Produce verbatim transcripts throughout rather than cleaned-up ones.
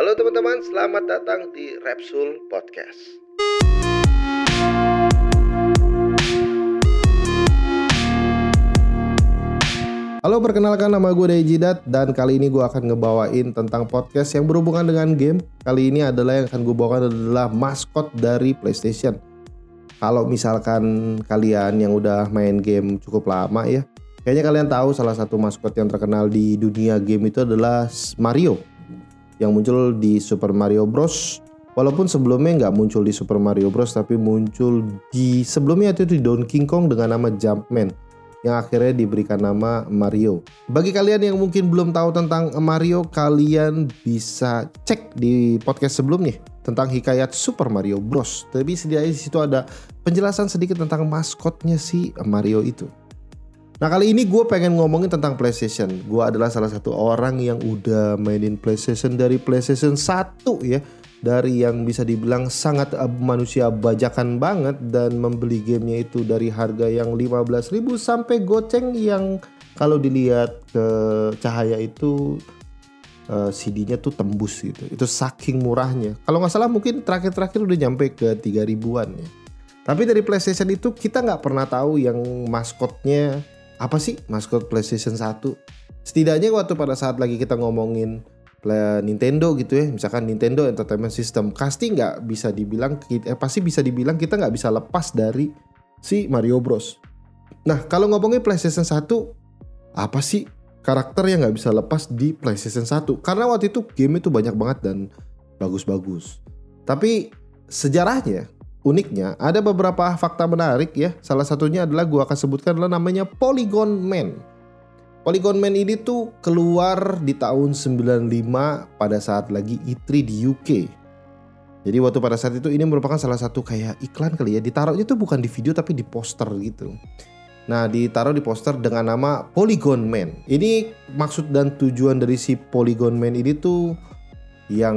Halo teman-teman, selamat datang di Repsul Podcast. Halo, perkenalkan nama gue Dejidat dan kali ini gue akan ngebawain tentang podcast yang berhubungan dengan game. Kali ini adalah yang akan gue bawakan adalah maskot dari PlayStation. Kalau misalkan kalian yang udah main game cukup lama ya, kayaknya kalian tahu salah satu maskot yang terkenal di dunia game itu adalah Mario yang muncul di Super Mario Bros. Walaupun sebelumnya nggak muncul di Super Mario Bros, tapi muncul di sebelumnya itu di Donkey Kong dengan nama Jumpman, yang akhirnya diberikan nama Mario. Bagi kalian yang mungkin belum tahu tentang Mario, kalian bisa cek di podcast sebelumnya tentang hikayat Super Mario Bros. Tapi setidaknya di situ ada penjelasan sedikit tentang maskotnya si Mario itu. Nah, kali ini gue pengen ngomongin tentang PlayStation. Gue adalah salah satu orang yang udah mainin PlayStation dari PlayStation satu ya. Dari yang bisa dibilang sangat manusia bajakan banget dan membeli gamenya itu dari harga yang lima belas ribu sampai goceng yang kalau dilihat ke cahaya itu uh, C D-nya tuh tembus gitu. Itu saking murahnya. Kalau nggak salah mungkin terakhir-terakhir udah nyampe ke tiga ribuan ya. Tapi dari PlayStation itu kita nggak pernah tahu yang maskotnya apa sih maskot PlayStation satu. Setidaknya waktu pada saat lagi kita ngomongin Nintendo gitu ya, misalkan Nintendo Entertainment System, pasti nggak bisa dibilang eh, pasti bisa dibilang kita nggak bisa lepas dari si Mario Bros. Nah, kalau ngomongin PlayStation satu, apa sih karakter yang nggak bisa lepas di PlayStation satu? Karena waktu itu game itu banyak banget dan bagus-bagus. Tapi sejarahnya, uniknya ada beberapa fakta menarik ya. Salah satunya adalah gue akan sebutkan adalah namanya Polygon Man. Polygon Man ini tuh keluar di tahun sembilan puluh lima pada saat lagi E tiga di U K. Jadi waktu pada saat itu ini merupakan salah satu kayak iklan kali ya. Ditaruhnya tuh bukan di video tapi di poster gitu. Nah, ditaruh di poster dengan nama Polygon Man. Ini maksud dan tujuan dari si Polygon Man ini tuh yang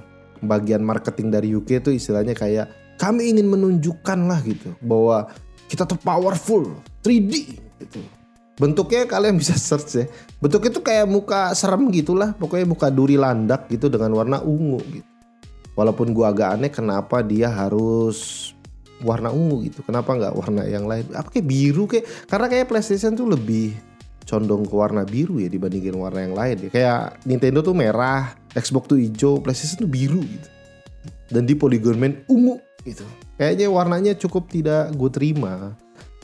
bagian marketing dari U K tuh istilahnya kayak kami ingin menunjukkan lah gitu bahwa kita tuh powerful tiga D gitu. Bentuknya kalian bisa search ya. Bentuknya tuh kayak muka serem gitulah, pokoknya muka duri landak gitu dengan warna ungu gitu. Walaupun gua agak aneh kenapa dia harus warna ungu gitu. Kenapa nggak warna yang lain? Apa kayak biru kayak? Karena kayak PlayStation tuh lebih condong ke warna biru ya dibandingin warna yang lain ya. Kayak Nintendo tuh merah, Xbox tuh hijau, PlayStation tuh biru gitu. Dan di Polygon Man ungu gitu. Kayaknya warnanya cukup tidak gue terima.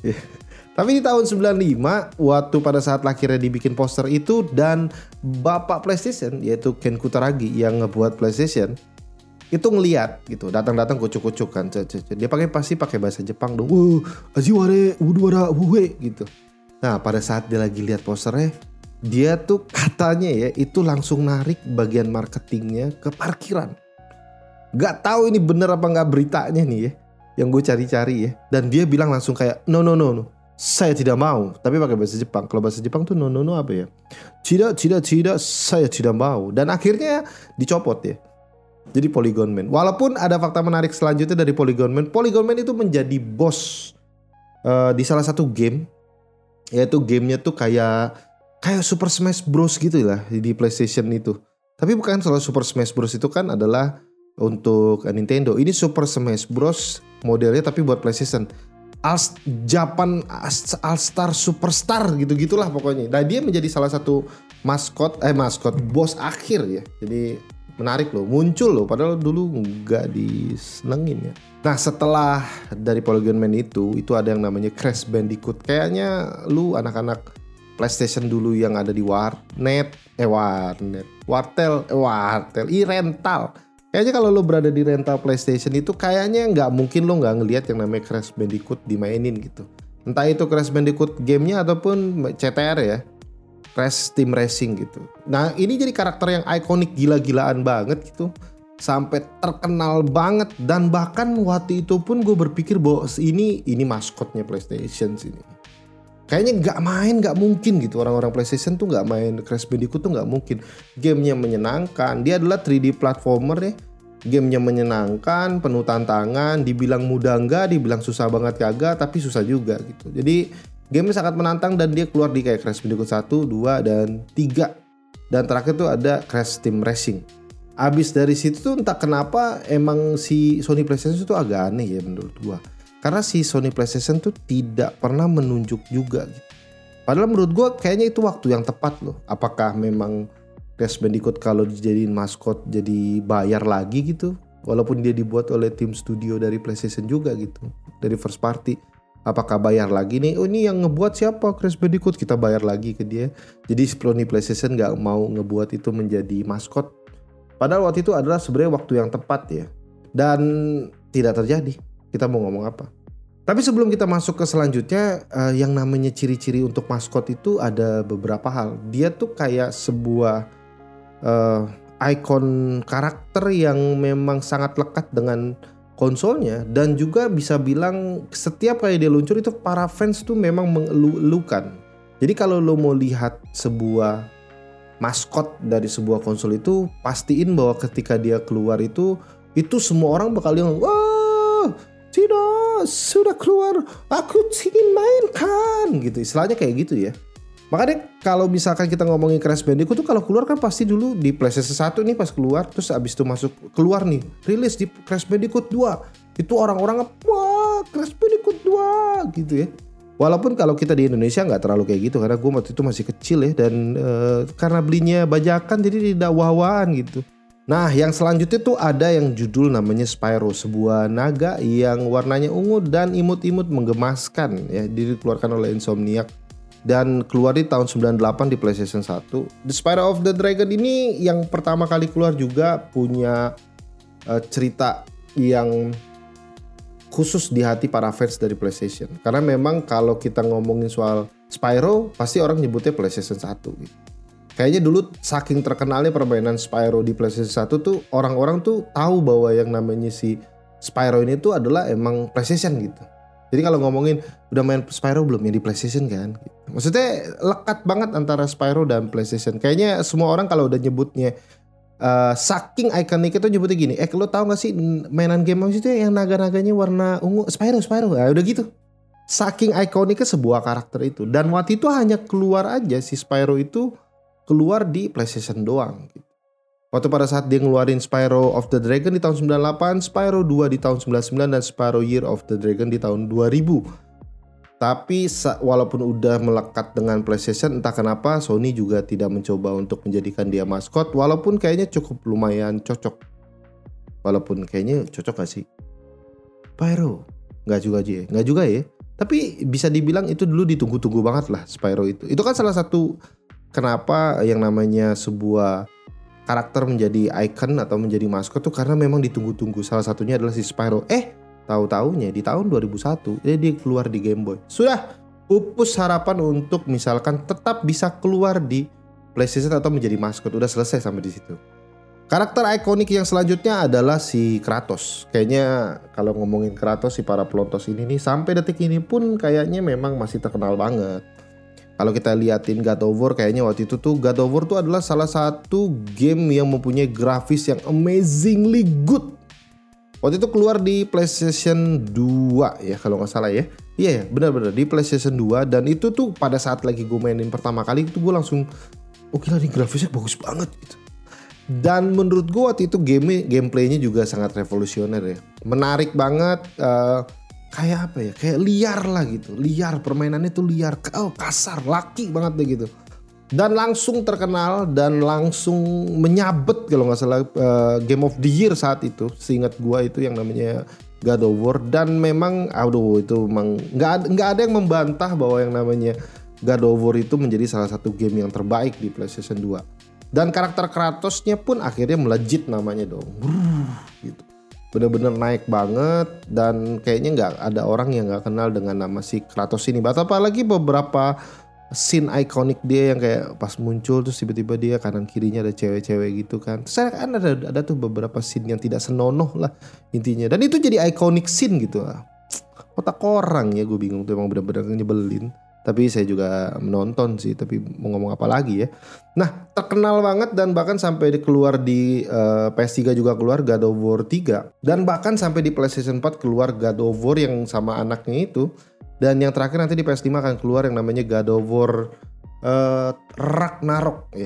Tapi di tahun sembilan puluh lima waktu pada saat akhirnya dibikin poster itu dan bapak PlayStation yaitu Ken Kutaragi yang ngebuat PlayStation itu ngeliat gitu, datang-datang kucuk-kucuk kan. Dia pakai pasti pakai bahasa Jepang dong. Wuh, ajiware, wuduwara, wuhe gitu. Nah, pada saat dia lagi lihat posternya, dia tuh katanya ya itu langsung narik bagian marketingnya ke parkiran. Gak tahu ini bener apa gak beritanya nih ya, yang gue cari-cari ya. Dan dia bilang langsung kayak no no no no, saya tidak mau. Tapi pakai bahasa Jepang. Kalau bahasa Jepang tuh no no no apa ya? Tidak tidak tidak, saya tidak mau. Dan akhirnya dicopot ya. Jadi Polygon Man. Walaupun ada fakta menarik selanjutnya dari Polygon Man. Polygon Man itu menjadi bos uh, di salah satu game. Yaitu gamenya tuh kayak kayak Super Smash Bros gitu lah di PlayStation itu. Tapi bukan, selalu Super Smash Bros itu kan adalah untuk Nintendo. Ini Super Smash Bros modelnya tapi buat PlayStation. All Japan All Star Superstar gitu-gitulah pokoknya. Nah, dia menjadi salah satu maskot eh maskot bos akhir ya. Jadi menarik loh, muncul loh padahal dulu enggak disenengin ya. Nah, setelah dari Polygon Man itu itu ada yang namanya Crash Bandicoot. Kayaknya lu anak-anak PlayStation dulu yang ada di warnet, eh warnet, wartel, eh wartel, i-rental. Kayaknya kalau lo berada di rental PlayStation itu kayaknya nggak mungkin lo nggak ngelihat yang namanya Crash Bandicoot dimainin gitu. Entah itu Crash Bandicoot gamenya ataupun C T R ya, Crash Team Racing gitu. Nah, ini jadi karakter yang ikonik gila-gilaan banget gitu, sampai terkenal banget. Dan bahkan waktu itu pun gue berpikir bahwa ini ini maskotnya PlayStation sini. Kayaknya nggak main, nggak mungkin gitu. Orang-orang PlayStation tuh nggak main Crash Bandicoot tuh nggak mungkin. Gamenya menyenangkan. Dia adalah tiga D platformer ya. Gamenya menyenangkan, penuh tantangan. Dibilang mudah nggak, dibilang susah banget kagak, tapi susah juga gitu. Jadi gamenya sangat menantang dan dia keluar di kayak Crash Bandicoot satu, dua, dan tiga. Dan terakhir tuh ada Crash Team Racing. abis dari situ tuh entah kenapa emang si Sony PlayStation itu agak aneh ya menurut gua. Karena si Sony PlayStation tuh tidak pernah menunjuk juga gitu. Padahal menurut gua kayaknya itu waktu yang tepat loh. Apakah memang Crash Bandicoot kalau dijadiin maskot jadi bayar lagi gitu? Walaupun dia dibuat oleh tim studio dari PlayStation juga gitu, dari first party. Apakah bayar lagi nih? Oh ini yang ngebuat siapa? Crash Bandicoot, kita bayar lagi ke dia. Jadi Sony PlayStation gak mau ngebuat itu menjadi maskot. Padahal waktu itu adalah sebenarnya waktu yang tepat ya. Dan tidak terjadi. Kita mau ngomong apa? Tapi sebelum kita masuk ke selanjutnya, uh, yang namanya ciri-ciri untuk maskot itu ada beberapa hal. Dia tuh kayak sebuah uh, ikon karakter yang memang sangat lekat dengan konsolnya. Dan juga bisa bilang setiap kali dia luncur itu para fans tuh memang mengeluh-elukan. Jadi kalau lo mau lihat sebuah maskot dari sebuah konsol itu, pastiin bahwa ketika dia keluar itu itu semua orang bakal bilang, wah tidak, sudah keluar, aku ingin mainkan gitu, istilahnya kayak gitu ya. Makanya kalau misalkan kita ngomongin Crash Bandicoot tuh kalau keluar kan pasti dulu di PlayStation satu nih pas keluar, terus abis itu masuk keluar nih rilis di Crash Bandicoot dua, itu orang-orang wah Crash Bandicoot dua gitu ya. Walaupun kalau kita di Indonesia nggak terlalu kayak gitu karena gue waktu itu masih kecil ya dan e, karena belinya bajakan jadi tidak wah-wahan gitu. Nah yang selanjutnya tuh ada yang judul namanya Spyro, sebuah naga yang warnanya ungu dan imut-imut menggemaskan ya, dikeluarkan oleh Insomniac dan keluar di tahun sembilan puluh delapan di PlayStation satu. The Spyro of the Dragon ini yang pertama kali keluar juga punya e, cerita yang khusus di hati para fans dari PlayStation. Karena memang kalau kita ngomongin soal Spyro, pasti orang nyebutnya PlayStation satu gitu. Kayaknya dulu saking terkenalnya permainan Spyro di PlayStation satu tuh, orang-orang tuh tahu bahwa yang namanya si Spyro ini tuh adalah emang PlayStation gitu. Jadi kalau ngomongin udah main Spyro belum ya di PlayStation kan gitu. Maksudnya lekat banget antara Spyro dan PlayStation. Kayaknya semua orang kalau udah nyebutnya Uh, saking ikonik itu nyebutnya gini, eh lo tau gak sih mainan game itu yang naga-naganya warna ungu, Spyro, Spyro, nah, udah gitu. Saking ikoniknya sebuah karakter itu. Dan waktu itu hanya keluar aja si Spyro itu keluar di PlayStation doang gitu. Waktu pada saat dia ngeluarin Spyro of the Dragon di tahun sembilan puluh delapan, Spyro dua di tahun sembilan puluh sembilan dan Spyro Year of the Dragon di tahun dua ribu. Tapi walaupun udah melekat dengan PlayStation, entah kenapa Sony juga tidak mencoba untuk menjadikan dia maskot. Walaupun kayaknya cukup lumayan cocok. Walaupun kayaknya cocok gak sih? Spyro? Gak juga aja ya? Gak juga ya? Tapi bisa dibilang itu dulu ditunggu-tunggu banget lah Spyro itu. Itu kan salah satu kenapa yang namanya sebuah karakter menjadi icon atau menjadi maskot tuh karena memang ditunggu-tunggu. Salah satunya adalah si Spyro. Eh tahu-taunya di tahun dua ribu satu dia, dia keluar di Game Boy. Sudah pupus harapan untuk misalkan tetap bisa keluar di PlayStation atau menjadi maskot. Udah selesai sampai di situ. Karakter ikonik yang selanjutnya adalah si Kratos. Kayaknya kalau ngomongin Kratos si para pelontos ini nih sampai detik ini pun kayaknya memang masih terkenal banget. Kalau kita liatin God of War, kayaknya waktu itu tuh God of War tuh adalah salah satu game yang mempunyai grafis yang amazingly good. Waktu itu keluar di PlayStation dua ya kalau gak salah ya. Iya ya benar-benar di PlayStation dua. Dan itu tuh pada saat lagi gue mainin pertama kali itu gue langsung, oh gila nih grafisnya bagus banget gitu. Dan menurut gue waktu itu game gameplaynya juga sangat revolusioner ya. Menarik banget, uh, kayak apa ya, kayak liar lah gitu. Liar, permainannya tuh liar, oh kasar, laki banget deh gitu. Dan langsung terkenal dan langsung menyabet kalau nggak salah uh, Game of the Year saat itu. Seingat gua itu yang namanya God of War. Dan memang aduh itu memang nggak nggak ada yang membantah bahwa yang namanya God of War itu menjadi salah satu game yang terbaik di PlayStation dua. Dan karakter Kratosnya pun akhirnya melejit namanya dong. Bruh, gitu. Bener-bener naik banget dan kayaknya nggak ada orang yang nggak kenal dengan nama si Kratos ini. Apalagi beberapa scene ikonik dia yang kayak pas muncul terus tiba-tiba dia kanan kirinya ada cewek-cewek gitu kan. Terus kan ada ada tuh beberapa scene yang tidak senonoh lah intinya. Dan itu jadi iconic scene gitu lah. Otak orang ya gue bingung tuh emang bener-bener nyebelin. Tapi saya juga menonton sih, tapi mau ngomong apa lagi ya. Nah terkenal banget dan bahkan sampai keluar di uh, P S tiga juga keluar God of War tiga. Dan bahkan sampai di PlayStation empat keluar God of War yang sama anaknya itu. Dan yang terakhir nanti di P S lima akan keluar yang namanya God of War uh, Ragnarok ya.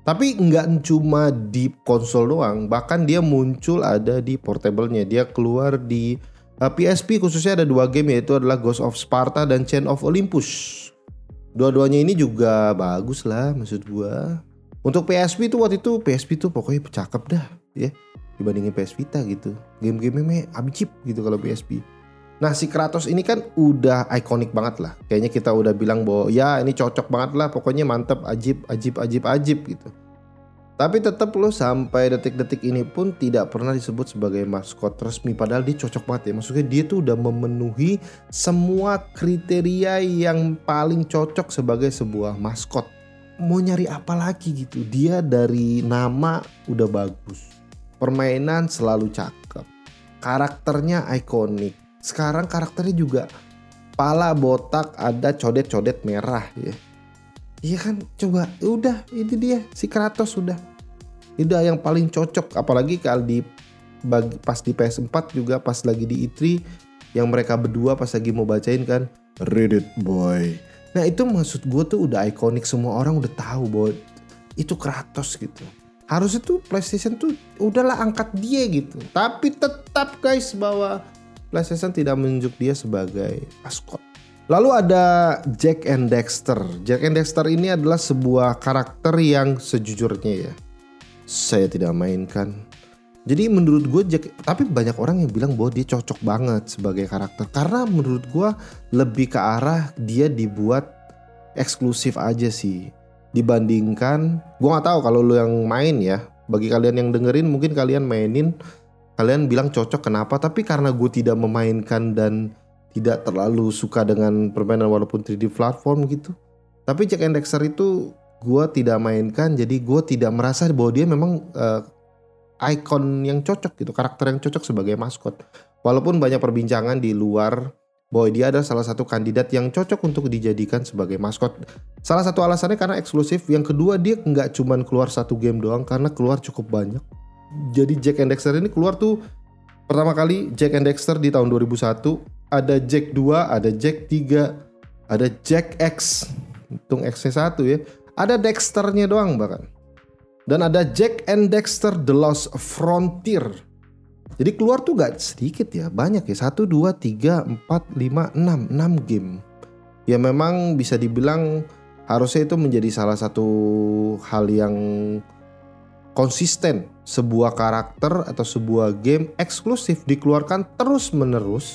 Tapi nggak cuma di konsol doang, bahkan dia muncul ada di portable-nya. Dia keluar di uh, P S P khususnya ada dua game, yaitu adalah Ghost of Sparta dan Chain of Olympus. Dua-duanya ini juga bagus lah maksud gua. Untuk P S P tuh waktu itu P S P tuh pokoknya cakep dah ya dibandingin P S Vita gitu. Game-gamenya abicip gitu kalau P S P. Nah si Kratos ini kan udah ikonik banget lah. Kayaknya kita udah bilang bahwa ya ini cocok banget lah. Pokoknya mantep, ajib, ajib, ajib, ajib gitu. Tapi tetap loh sampai detik-detik ini pun tidak pernah disebut sebagai maskot resmi. Padahal dia cocok banget ya. Maksudnya dia tuh udah memenuhi semua kriteria yang paling cocok sebagai sebuah maskot. Mau nyari apa lagi gitu. Dia dari nama udah bagus. Permainan selalu cakep. Karakternya ikonik. Sekarang karakternya juga pala botak, ada codet-codet merah ya. Iya kan, coba udah ini dia si Kratos udah. Udah yang paling cocok, apalagi kalau di bagi, pas di P S empat juga pas lagi di E tiga yang mereka berdua pas lagi mau bacain kan Read it boy. Nah itu maksud gue tuh udah ikonik, semua orang udah tahu bahwa itu Kratos gitu. Harusnya tuh PlayStation tuh udahlah angkat dia gitu. Tapi tetap guys bahwa PlayStation tidak menunjuk dia sebagai maskot. Lalu ada Jak and Daxter. Jak and Daxter ini adalah sebuah karakter yang sejujurnya ya saya tidak mainkan. Jadi menurut gue Jack, tapi banyak orang yang bilang bahwa dia cocok banget sebagai karakter. Karena menurut gue lebih ke arah dia dibuat eksklusif aja sih. Dibandingkan, gue gak tahu kalau lo yang main ya. Bagi kalian yang dengerin mungkin kalian mainin, kalian bilang cocok kenapa. Tapi karena gue tidak memainkan dan tidak terlalu suka dengan permainan walaupun tiga D platform gitu. Tapi Jak and Daxter itu gue tidak mainkan, jadi gue tidak merasa bahwa dia memang uh, ikon yang cocok gitu, karakter yang cocok sebagai maskot. Walaupun banyak perbincangan di luar bahwa dia adalah salah satu kandidat yang cocok untuk dijadikan sebagai maskot. Salah satu alasannya karena eksklusif, yang kedua dia nggak cuman keluar satu game doang, karena keluar cukup banyak. Jadi Jak and Daxter ini keluar tuh pertama kali Jak and Daxter di tahun dua ribu satu, ada Jak dua, ada Jak tiga, ada Jak X, hitung X-nya satu ya. Ada Dexternya doang bahkan. Dan ada Jak and Daxter The Lost Frontier. Jadi keluar tuh gak sedikit ya, banyak ya. satu, dua, tiga, empat, lima, enam. enam game. Ya memang bisa dibilang harusnya itu menjadi salah satu hal yang konsisten. Sebuah karakter atau sebuah game eksklusif dikeluarkan terus menerus.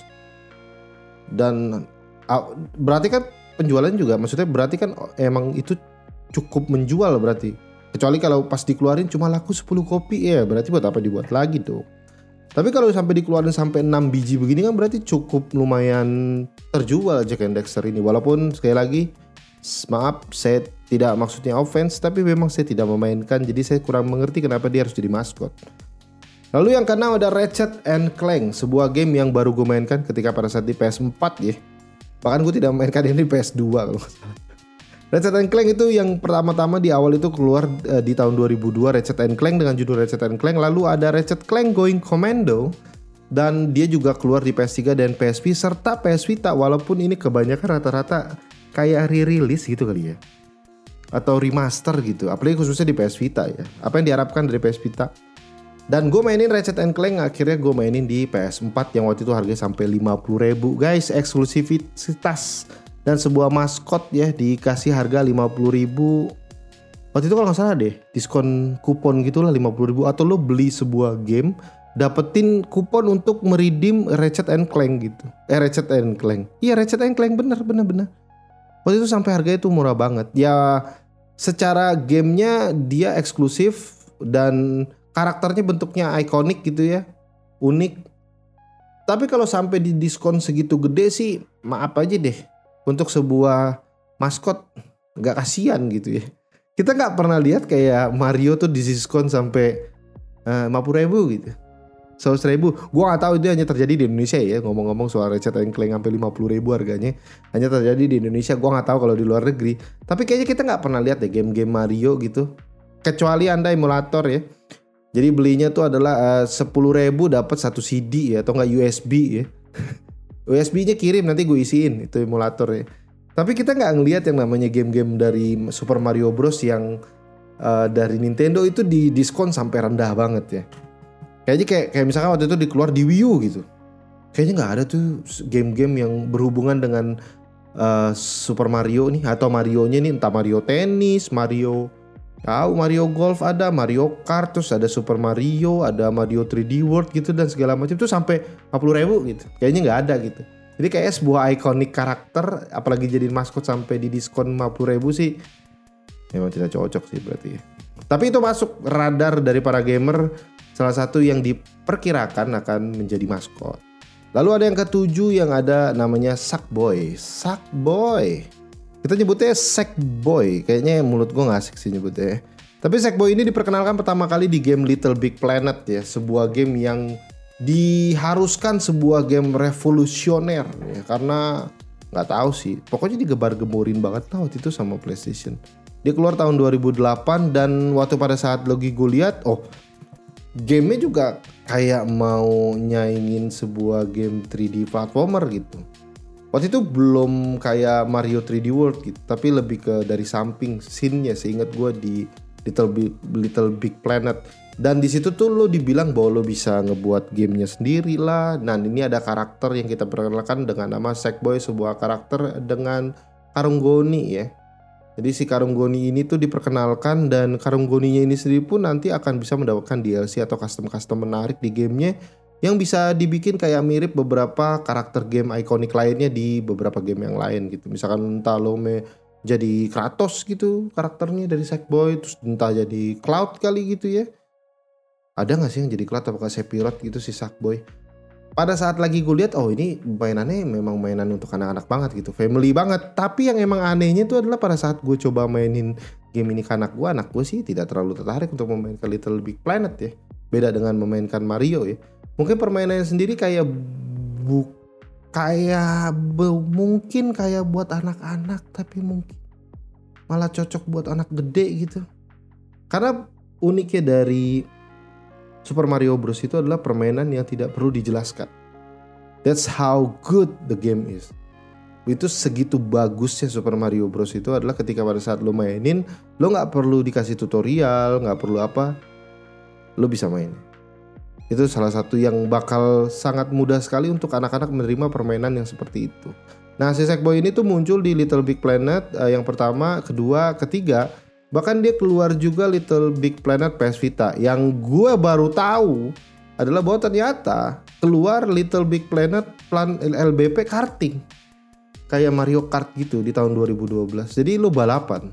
Dan berarti kan penjualan juga, maksudnya berarti kan emang itu cukup menjual berarti. Kecuali kalau pas dikeluarin cuma laku sepuluh kopi ya berarti buat apa dibuat lagi tuh. Tapi kalau sampai dikeluarin sampai enam biji begini kan berarti cukup lumayan terjual Jak and Daxter ini. Walaupun sekali lagi maaf saya tidak maksudnya offense, tapi memang saya tidak memainkan, jadi saya kurang mengerti kenapa dia harus jadi maskot. Lalu yang keenam ada Ratchet and Clank, sebuah game yang baru gue mainkan ketika pada saat di P S empat ya. Bahkan gue tidak memainkan ini di P S dua kalau nggak salah. Ratchet and Clank itu yang pertama-tama di awal itu keluar uh, di tahun dua ribu dua, Ratchet and Clank dengan judul Ratchet and Clank. Lalu ada Ratchet Clank Going Commando, dan dia juga keluar di P S tiga dan P S P serta P S Vita. Walaupun ini kebanyakan rata-rata kayak re-release gitu kali ya, atau remaster gitu, apalagi khususnya di P S Vita ya. Apa yang diharapkan dari P S Vita. Dan gue mainin Ratchet and Clank, akhirnya gue mainin di P S empat yang waktu itu harganya sampai lima puluh ribu. Guys, eksklusivitas dan sebuah maskot ya dikasih harga lima puluh ribu. Waktu itu kalau gak salah deh diskon kupon gitulah lima puluh ribu. Atau lo beli sebuah game dapetin kupon untuk meredeem Ratchet and Clank gitu. Eh Ratchet and Clank. Iya Ratchet and Clank bener bener bener. Waktu itu sampai harganya itu murah banget. Ya secara gamenya dia eksklusif dan karakternya bentuknya ikonik gitu ya. Unik. Tapi kalau sampai di diskon segitu gede sih maaf aja deh. Untuk sebuah maskot gak kasihan gitu ya. Kita gak pernah lihat kayak Mario tuh diskon sampai uh, lima puluh ribu gitu, seratus ribu. Gue gak tahu itu hanya terjadi di Indonesia ya. Ngomong-ngomong soal Ratchet and Clank sampai lima puluh ribu harganya hanya terjadi di Indonesia. Gue gak tahu kalau di luar negeri. Tapi kayaknya kita gak pernah lihat deh game-game Mario gitu. Kecuali Anda emulator ya. Jadi belinya tuh adalah uh, sepuluh ribu dapat satu C D ya, atau gak U S B ya. U S B-nya kirim nanti gue isiin itu emulator ya. Tapi kita nggak ngelihat yang namanya game-game dari Super Mario Bros yang uh, dari Nintendo itu di diskon sampai rendah banget ya. Kayaknya kayak kayak misalkan waktu itu dikeluar di Wii U gitu. Kayaknya nggak ada tuh game-game yang berhubungan dengan uh, Super Mario nih atau Mario-nya nih, entah Mario Tennis, Mario tahu Mario Golf ada, Mario Kart, terus ada Super Mario, ada Mario tiga D World gitu dan segala macam tuh sampai lima puluh ribu gitu. Kayaknya nggak ada gitu. Jadi kayak sebuah ikonik karakter apalagi jadi maskot sampai di diskon lima puluh ribu sih memang tidak cocok sih berarti ya. Tapi itu masuk radar dari para gamer, salah satu yang diperkirakan akan menjadi maskot. Lalu ada yang ketujuh yang ada namanya Sackboy. Sackboy. Kita nyebutnya Sackboy. Kayaknya mulut gue gak asik sih nyebutnya. Tapi Sackboy ini diperkenalkan pertama kali di game Little Big Planet ya. Sebuah game yang diharuskan sebuah game revolusioner ya. Karena gak tahu sih. Pokoknya digebar-gemurin banget lah waktu itu sama PlayStation. Dia keluar tahun dua ribu delapan dan waktu pada saat lagi gue lihat, oh gamenya juga kayak mau nyaingin sebuah game tiga D platformer gitu. Waktu itu belum kayak Mario tiga D World gitu, tapi lebih ke dari samping scene-nya seingat gue di Little Big, Little Big Planet. Dan di situ tuh lo dibilang bahwa lo bisa ngebuat gamenya sendiri lah. Nah ini ada karakter yang kita perkenalkan dengan nama Sackboy, sebuah karakter dengan karung goni ya. Jadi si karung goni ini tuh diperkenalkan dan karung goninya ini sendiri pun nanti akan bisa mendapatkan D L C atau custom-custom menarik di gamenya yang bisa dibikin kayak mirip beberapa karakter game ikonik lainnya di beberapa game yang lain gitu. Misalkan entah lo me jadi Kratos gitu karakternya dari Sackboy, terus entah jadi Cloud kali gitu ya. Ada gak sih yang jadi Cloud apakah Sephiroth gitu si Sackboy? Pada saat lagi gue lihat, oh ini mainannya memang mainan untuk anak-anak banget gitu, family banget. Tapi yang emang anehnya itu adalah pada saat gue coba mainin game ini ke anak gue, anak gue sih tidak terlalu tertarik untuk memainkan Little Big Planet ya. Beda dengan memainkan Mario ya. Mungkin permainannya sendiri kayak bu, kayak be, mungkin kayak buat anak-anak, tapi mungkin malah cocok buat anak gede gitu. Karena uniknya dari Super Mario Bros itu adalah permainan yang tidak perlu dijelaskan. That's how good the game is. Itu segitu bagusnya Super Mario Bros itu adalah ketika pada saat lo mainin, lo gak perlu dikasih tutorial, gak perlu apa, lo bisa main. Itu salah satu yang bakal sangat mudah sekali untuk anak-anak menerima permainan yang seperti itu. Nah si Sackboy ini tuh muncul di Little Big Planet uh, yang pertama, kedua, ketiga. Bahkan dia keluar juga Little Big Planet P S Vita. Yang gue baru tahu adalah bahwa ternyata keluar Little Big Planet Plan L B P karting. Kayak Mario Kart gitu di tahun dua ribu dua belas. Jadi lo balapan.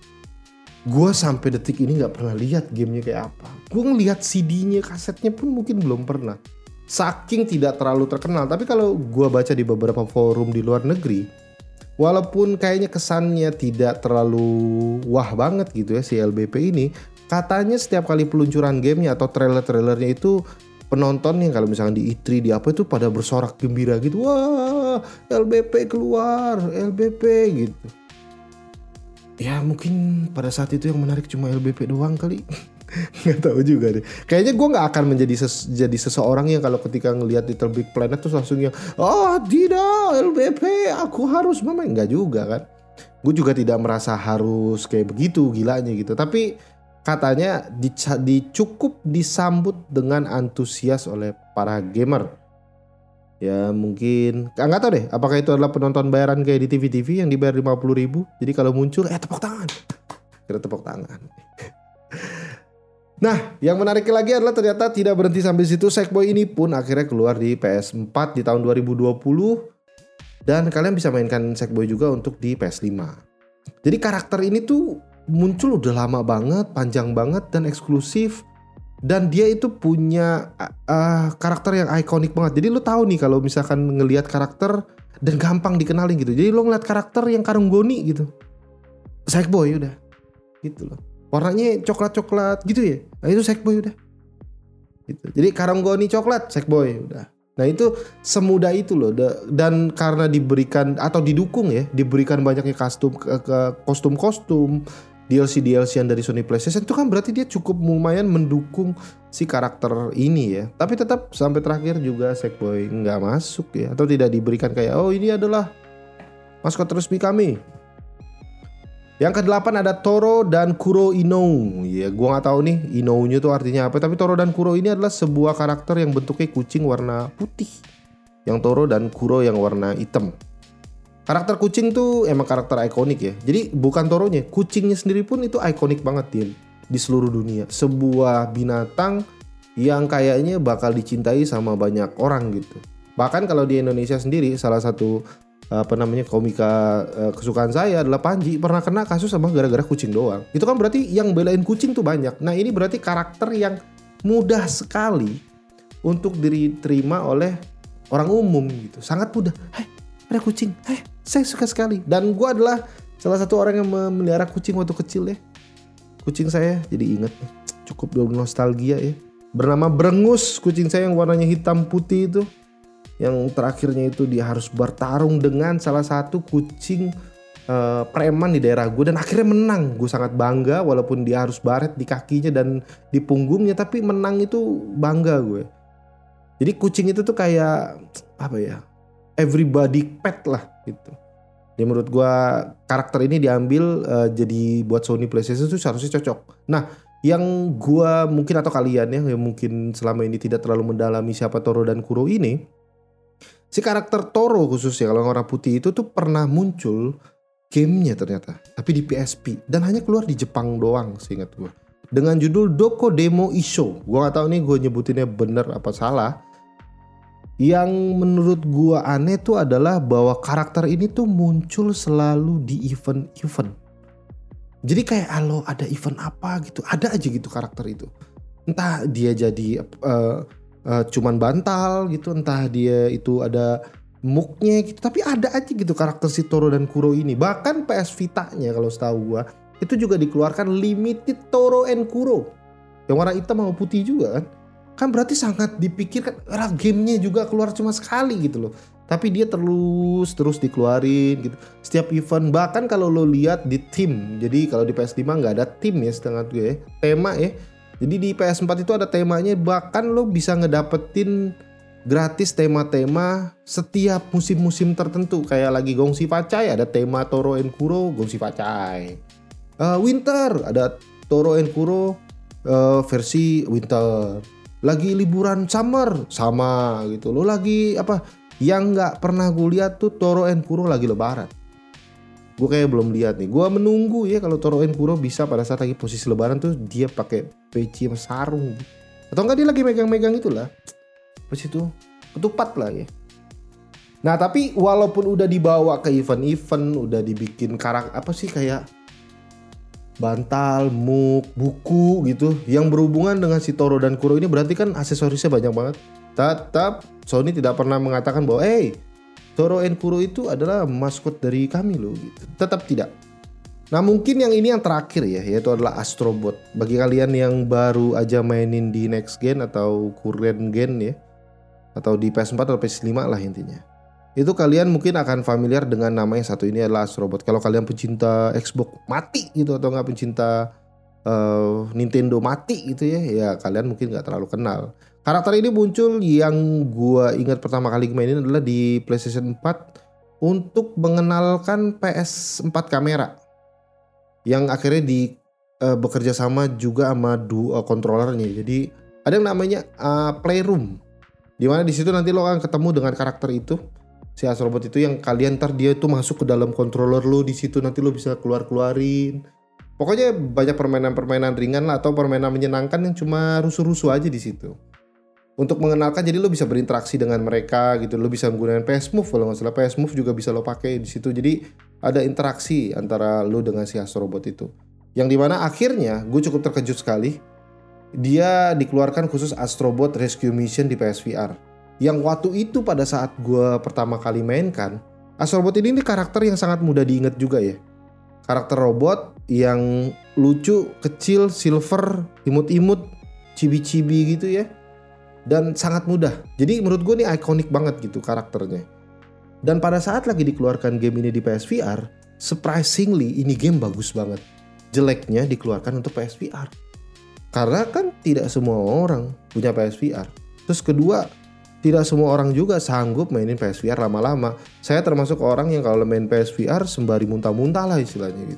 Gue sampai detik ini gak pernah lihat gamenya kayak apa. Gue ngeliat C D-nya, kasetnya pun mungkin belum pernah. Saking tidak terlalu terkenal. Tapi kalau gue baca di beberapa forum di luar negeri, walaupun kayaknya kesannya tidak terlalu wah banget gitu ya si L B P ini, katanya setiap kali peluncuran gamenya atau trailer-trailernya itu penonton yang kalau misalnya di E tiga di apa itu pada bersorak gembira gitu. Wah, L B P keluar, L B P gitu. Ya mungkin pada saat itu yang menarik cuma L B P doang kali. Gak tahu juga deh. Kayaknya gue gak akan menjadi ses- jadi seseorang yang kalau ketika ngelihat Little Big Planet tuh langsungnya, oh tidak L B P aku harus memain. Gak juga kan. Gue juga tidak merasa harus kayak begitu gilanya gitu. Tapi katanya dic- dicukup disambut dengan antusias oleh para gamer. Ya mungkin nggak tahu deh apakah itu adalah penonton bayaran kayak di T V-T V yang dibayar lima puluh ribu. Jadi kalau muncul eh tepuk tangan. Kira tepuk tangan. Nah yang menarik lagi adalah ternyata tidak berhenti sampai situ. Sackboy ini pun akhirnya keluar di P S empat di tahun dua ribu dua puluh. Dan kalian bisa mainkan Sackboy juga untuk di P S lima. Jadi karakter ini tuh muncul udah lama banget, panjang banget dan eksklusif. Dan dia itu punya uh, karakter yang ikonik banget. Jadi lo tahu nih kalau misalkan ngelihat karakter dan gampang dikenalin gitu. Jadi lo ngeliat karakter yang karung goni gitu, Sackboy udah gitu loh. Warnanya coklat-coklat gitu ya. Nah itu Sackboy udah gitu. Jadi karung goni coklat Sackboy udah. Nah itu semudah itu loh. Dan karena diberikan atau didukung ya, diberikan banyaknya kostum ke, ke kostum-kostum D L C D L C yang dari Sony PlayStation itu kan berarti dia cukup lumayan mendukung si karakter ini ya. Tapi tetap sampai terakhir juga Sackboy nggak masuk ya, atau tidak diberikan kayak oh ini adalah maskot resmi kami. Yang kedelapan ada Toro dan Kuro Inou. Ya, gua nggak tahu nih Inou-nya tuh artinya apa. Tapi Toro dan Kuro ini adalah sebuah karakter yang bentuknya kucing warna putih. Yang Toro dan Kuro yang warna hitam. Karakter kucing tuh emang karakter ikonik ya. Jadi bukan Toronya, kucingnya sendiri pun itu ikonik banget di, di seluruh dunia. Sebuah binatang yang kayaknya bakal dicintai sama banyak orang gitu. Bahkan kalau di Indonesia sendiri, salah satu apa namanya komika uh, kesukaan saya adalah Panji, pernah kena kasus sama gara-gara kucing doang. Itu kan berarti yang belain kucing tuh banyak. Nah ini berarti karakter yang mudah sekali untuk diterima oleh orang umum gitu. Sangat mudah. Hei, ada kucing. Hei, saya suka sekali. Dan gue adalah salah satu orang yang memelihara kucing waktu kecil ya. Kucing saya jadi inget nih, cukup nostalgia ya. Bernama Brengus, kucing saya yang warnanya hitam putih itu. Yang terakhirnya itu dia harus bertarung dengan salah satu kucing uh, preman di daerah gue. Dan akhirnya menang. Gue sangat bangga walaupun dia harus baret di kakinya dan di punggungnya. Tapi menang itu bangga gue. Jadi kucing itu tuh kayak apa ya, everybody pet lah gitu. Jadi menurut gue karakter ini diambil uh, jadi buat Sony PlayStation itu seharusnya cocok. Nah yang gua mungkin atau kalian ya yang mungkin selama ini tidak terlalu mendalami siapa Toro dan Kuro ini, si karakter Toro khususnya kalau orang putih itu tuh pernah muncul gamenya ternyata, tapi di P S P dan hanya keluar di Jepang doang seingat gua, dengan judul Doko Demo Isho. Gua nggak tahu nih gua nyebutinnya bener apa salah. Yang menurut gua aneh tuh adalah bahwa karakter ini tuh muncul selalu di event-event. Jadi kayak kalau ada event apa gitu, ada aja gitu karakter itu. Entah dia jadi uh, uh, cuman bantal gitu, entah dia itu ada muknya gitu. Tapi ada aja gitu karakter si Toro dan Kuro ini. Bahkan P S Vita-nya kalau setahu gua itu juga dikeluarkan limited Toro and Kuro. Yang warna hitam sama putih juga kan. Kan berarti sangat dipikirkan, lah gamenya juga keluar cuma sekali gitu loh. Tapi dia terus terus dikeluarin gitu. Setiap event, bahkan kalau lo lihat di tim. Jadi kalau di P S lima nggak ada tim ya setengah gue ya. Tema ya. Jadi di P S empat itu ada temanya. Bahkan lo bisa ngedapetin gratis tema-tema setiap musim-musim tertentu. Kayak lagi Gongsi Pacai ada tema Toro and Kuro Gongsi Pacai. Uh, winter ada Toro and Kuro uh, versi winter. Lagi liburan summer sama gitu. Lo lagi apa? Yang nggak pernah gue lihat tuh Toro and Kuro lagi lebaran. Gue kayak belum lihat nih. Gue menunggu ya kalau Toro and Kuro bisa pada saat lagi posisi lebaran tuh dia pakai peci sama sarung. Atau enggak dia lagi megang-megang itulah. Pas itu ketupat lah ya. Nah tapi walaupun udah dibawa ke event-event, udah dibikin karakter apa sih kayak bantal, muk, buku gitu yang berhubungan dengan si Toro dan Kuro ini, berarti kan aksesorisnya banyak banget. Tetap Sony tidak pernah mengatakan bahwa eh hey, Toro and Kuro itu adalah maskot dari kami loh gitu. Tetap tidak. Nah mungkin yang ini yang terakhir ya, yaitu adalah Astrobot. Bagi kalian yang baru aja mainin di next gen atau current gen ya, atau di P S empat atau P S lima lah intinya, itu kalian mungkin akan familiar dengan nama yang satu ini adalah Astrobot. Kalau kalian pecinta Xbox mati gitu atau nggak pecinta uh, Nintendo mati gitu ya, ya kalian mungkin nggak terlalu kenal. Karakter ini muncul yang gua ingat pertama kali mainin adalah di PlayStation empat untuk mengenalkan P S empat kamera yang akhirnya di uh, bekerja sama juga sama dua controllernya. Jadi ada yang namanya uh, Playroom, di mana di situ nanti lo akan ketemu dengan karakter itu, si Astrobot itu, yang kalian ntar dia tuh masuk ke dalam controller lo, di situ nanti lo bisa keluar-keluarin. Pokoknya banyak permainan-permainan ringan lah atau permainan menyenangkan yang cuma rusuh-rusuh aja di situ. Untuk mengenalkan, jadi lo bisa berinteraksi dengan mereka gitu. Lo bisa menggunakan P S Move kalau nggak salah. P S Move juga bisa lo pakai di situ. Jadi ada interaksi antara lo dengan si Astrobot itu. Yang dimana akhirnya gue cukup terkejut sekali. Dia dikeluarkan khusus Astrobot Rescue Mission di P S V R. Yang waktu itu pada saat gue pertama kali mainkan, Astrobot ini, ini karakter yang sangat mudah diingat juga ya. Karakter robot yang lucu, kecil, silver, imut-imut, cibi-cibi gitu ya. Dan sangat mudah. Jadi menurut gue ini ikonik banget gitu karakternya. Dan pada saat lagi dikeluarkan game ini di P S V R, surprisingly ini game bagus banget. Jeleknya dikeluarkan untuk P S V R. Karena kan tidak semua orang punya P S V R. Terus kedua, tidak semua orang juga sanggup mainin P S V R lama-lama. Saya termasuk orang yang kalau main P S V R sembari muntah-muntah lah istilahnya gitu.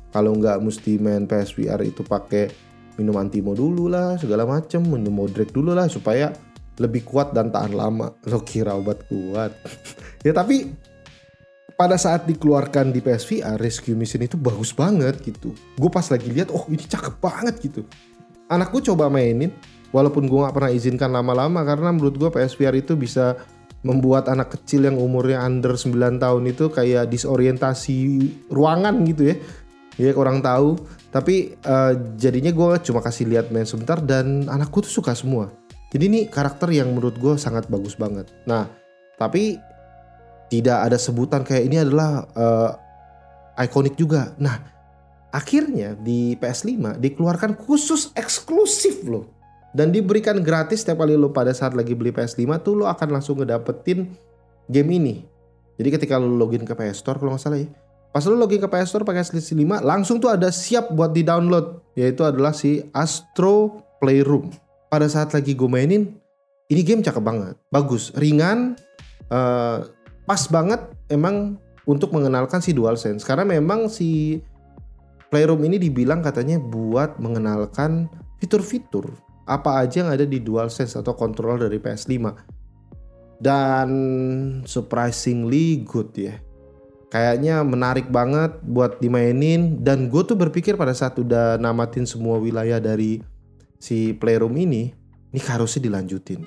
Kalau nggak mesti main P S V R itu pakai minum antimo dulu lah, segala macem, minum modrek dulu lah supaya lebih kuat dan tahan lama. Lo kira obat kuat? Ya tapi pada saat dikeluarkan di P S V R, Rescue Mission itu bagus banget gitu. Gue pas lagi lihat, oh ini cakep banget gitu. Anakku coba mainin, walaupun gue gak pernah izinkan lama-lama karena menurut gue P S V R itu bisa membuat anak kecil yang umurnya under sembilan tahun itu kayak disorientasi ruangan gitu ya. Ya kurang tahu. Tapi uh, jadinya gue cuma kasih lihat main sebentar dan anakku tuh suka semua. Jadi ini karakter yang menurut gue sangat bagus banget. Nah tapi tidak ada sebutan kayak ini adalah uh, ikonik juga. Nah akhirnya di P S lima dikeluarkan khusus eksklusif loh. Dan diberikan gratis setiap kali lo pada saat lagi beli P S lima tuh lo akan langsung ngedapetin game ini. Jadi ketika lo login ke P S Store kalau gak salah ya. Pas lo login ke P S Store pakai S lima langsung tuh ada siap buat di download. Yaitu adalah si Astro Playroom. Pada saat lagi gue mainin ini game cakep banget. Bagus, ringan, uh, pas banget emang untuk mengenalkan si DualSense. Karena memang si Playroom ini dibilang katanya buat mengenalkan fitur-fitur apa aja yang ada di DualSense atau controller dari P S lima. Dan surprisingly good ya. Kayaknya menarik banget buat dimainin. Dan gue tuh berpikir pada saat udah namatin semua wilayah dari si Playroom ini, ini harusnya dilanjutin.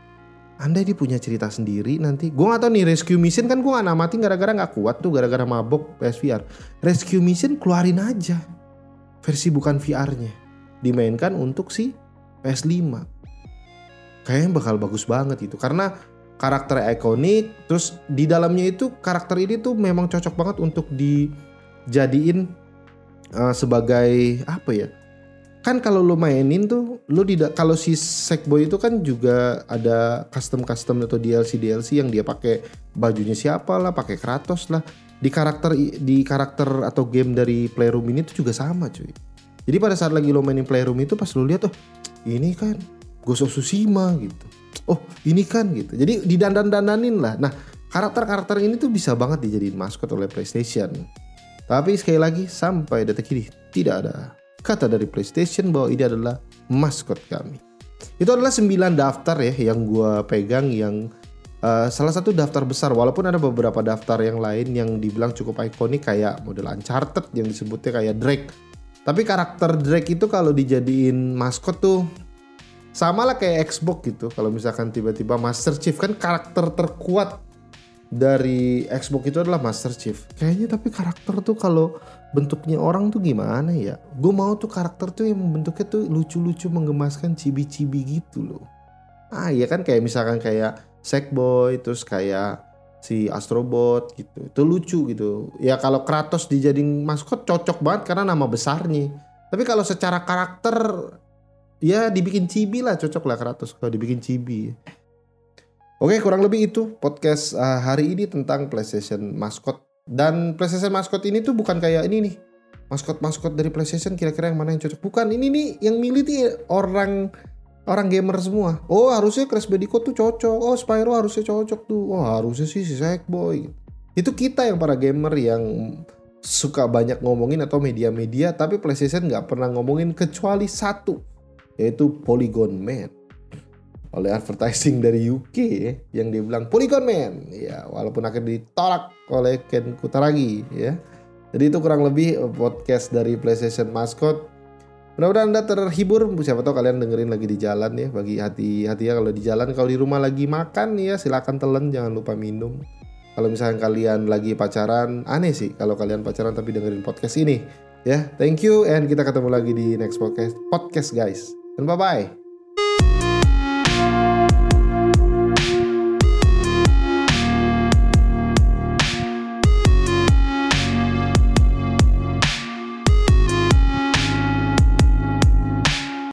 Andai dia punya cerita sendiri nanti. Gue gak tahu nih Rescue Mission kan gue gak namatin gara-gara gak kuat tuh. Gara-gara mabok P S V R. Rescue Mission keluarin aja versi bukan V R-nya. Dimainkan untuk si P S lima. Kayaknya bakal bagus banget itu. Karena karakter ikonik. Terus di dalamnya itu karakter ini tuh memang cocok banget untuk dijadiin uh, sebagai apa ya. Kan kalau lo mainin tuh, lo tidak kalau si Sackboy itu kan juga ada custom-custom atau D L C D L C yang dia pakai bajunya siapa lah, pakai Kratos lah. Di karakter di karakter atau game dari Playroom ini tuh juga sama cuy. Jadi pada saat lagi lo mainin Playroom itu pas lo lihat, oh ini kan Ghost of Tsushima gitu. Oh ini kan gitu. Jadi didandan-dandanin lah. Nah karakter-karakter ini tuh bisa banget dijadiin maskot oleh PlayStation. Tapi sekali lagi sampai detik ini tidak ada kata dari PlayStation bahwa ini adalah maskot kami. Itu adalah sembilan daftar ya yang gue pegang yang uh, salah satu daftar besar. Walaupun ada beberapa daftar yang lain yang dibilang cukup ikonik kayak model Uncharted yang disebutnya kayak Drake. Tapi karakter Drake itu kalau dijadiin maskot tuh sama lah kayak Xbox gitu. Kalau misalkan tiba-tiba Master Chief kan karakter terkuat dari Xbox itu adalah Master Chief. Kayaknya tapi karakter tuh kalau bentuknya orang tuh gimana ya? Gue mau tuh karakter tuh yang bentuknya tuh lucu-lucu menggemaskan, cibi-cibi gitu loh. Ah iya kan kayak misalkan kayak Sackboy, terus kayak si Astrobot gitu. Itu lucu gitu. Ya kalau Kratos dijadiin maskot cocok banget karena nama besarnya. Tapi kalau secara karakter ya dibikin cibi lah, cocok lah Kratos kalau dibikin cibi. Oke, kurang lebih itu podcast uh, hari ini tentang PlayStation Maskot. Dan PlayStation Maskot ini tuh bukan kayak ini nih, maskot-maskot dari PlayStation kira-kira yang mana yang cocok. Bukan, ini nih yang milih nih orang orang gamer semua. Oh harusnya Crash Bandicoot tuh cocok. Oh Spyro harusnya cocok tuh. Oh harusnya sih si Sackboy. Itu kita yang para gamer yang suka banyak ngomongin atau media-media. Tapi PlayStation gak pernah ngomongin kecuali satu, yaitu Polygon Man. Oleh advertising dari U K ya, yang dia bilang Polygon Man ya, walaupun akhirnya ditolak oleh Ken Kutaragi ya. Jadi itu kurang lebih podcast dari PlayStation Maskot. Mudah-mudahan Anda terhibur. Siapa tahu kalian dengerin lagi di jalan ya. Bagi hati-hati ya kalau di jalan. Kalau di rumah lagi makan ya silakan telan, jangan lupa minum. Kalau misalnya kalian lagi pacaran, aneh sih kalau kalian pacaran tapi dengerin podcast ini ya. Thank you and kita ketemu lagi di next podcast podcast guys. Dan bye bye.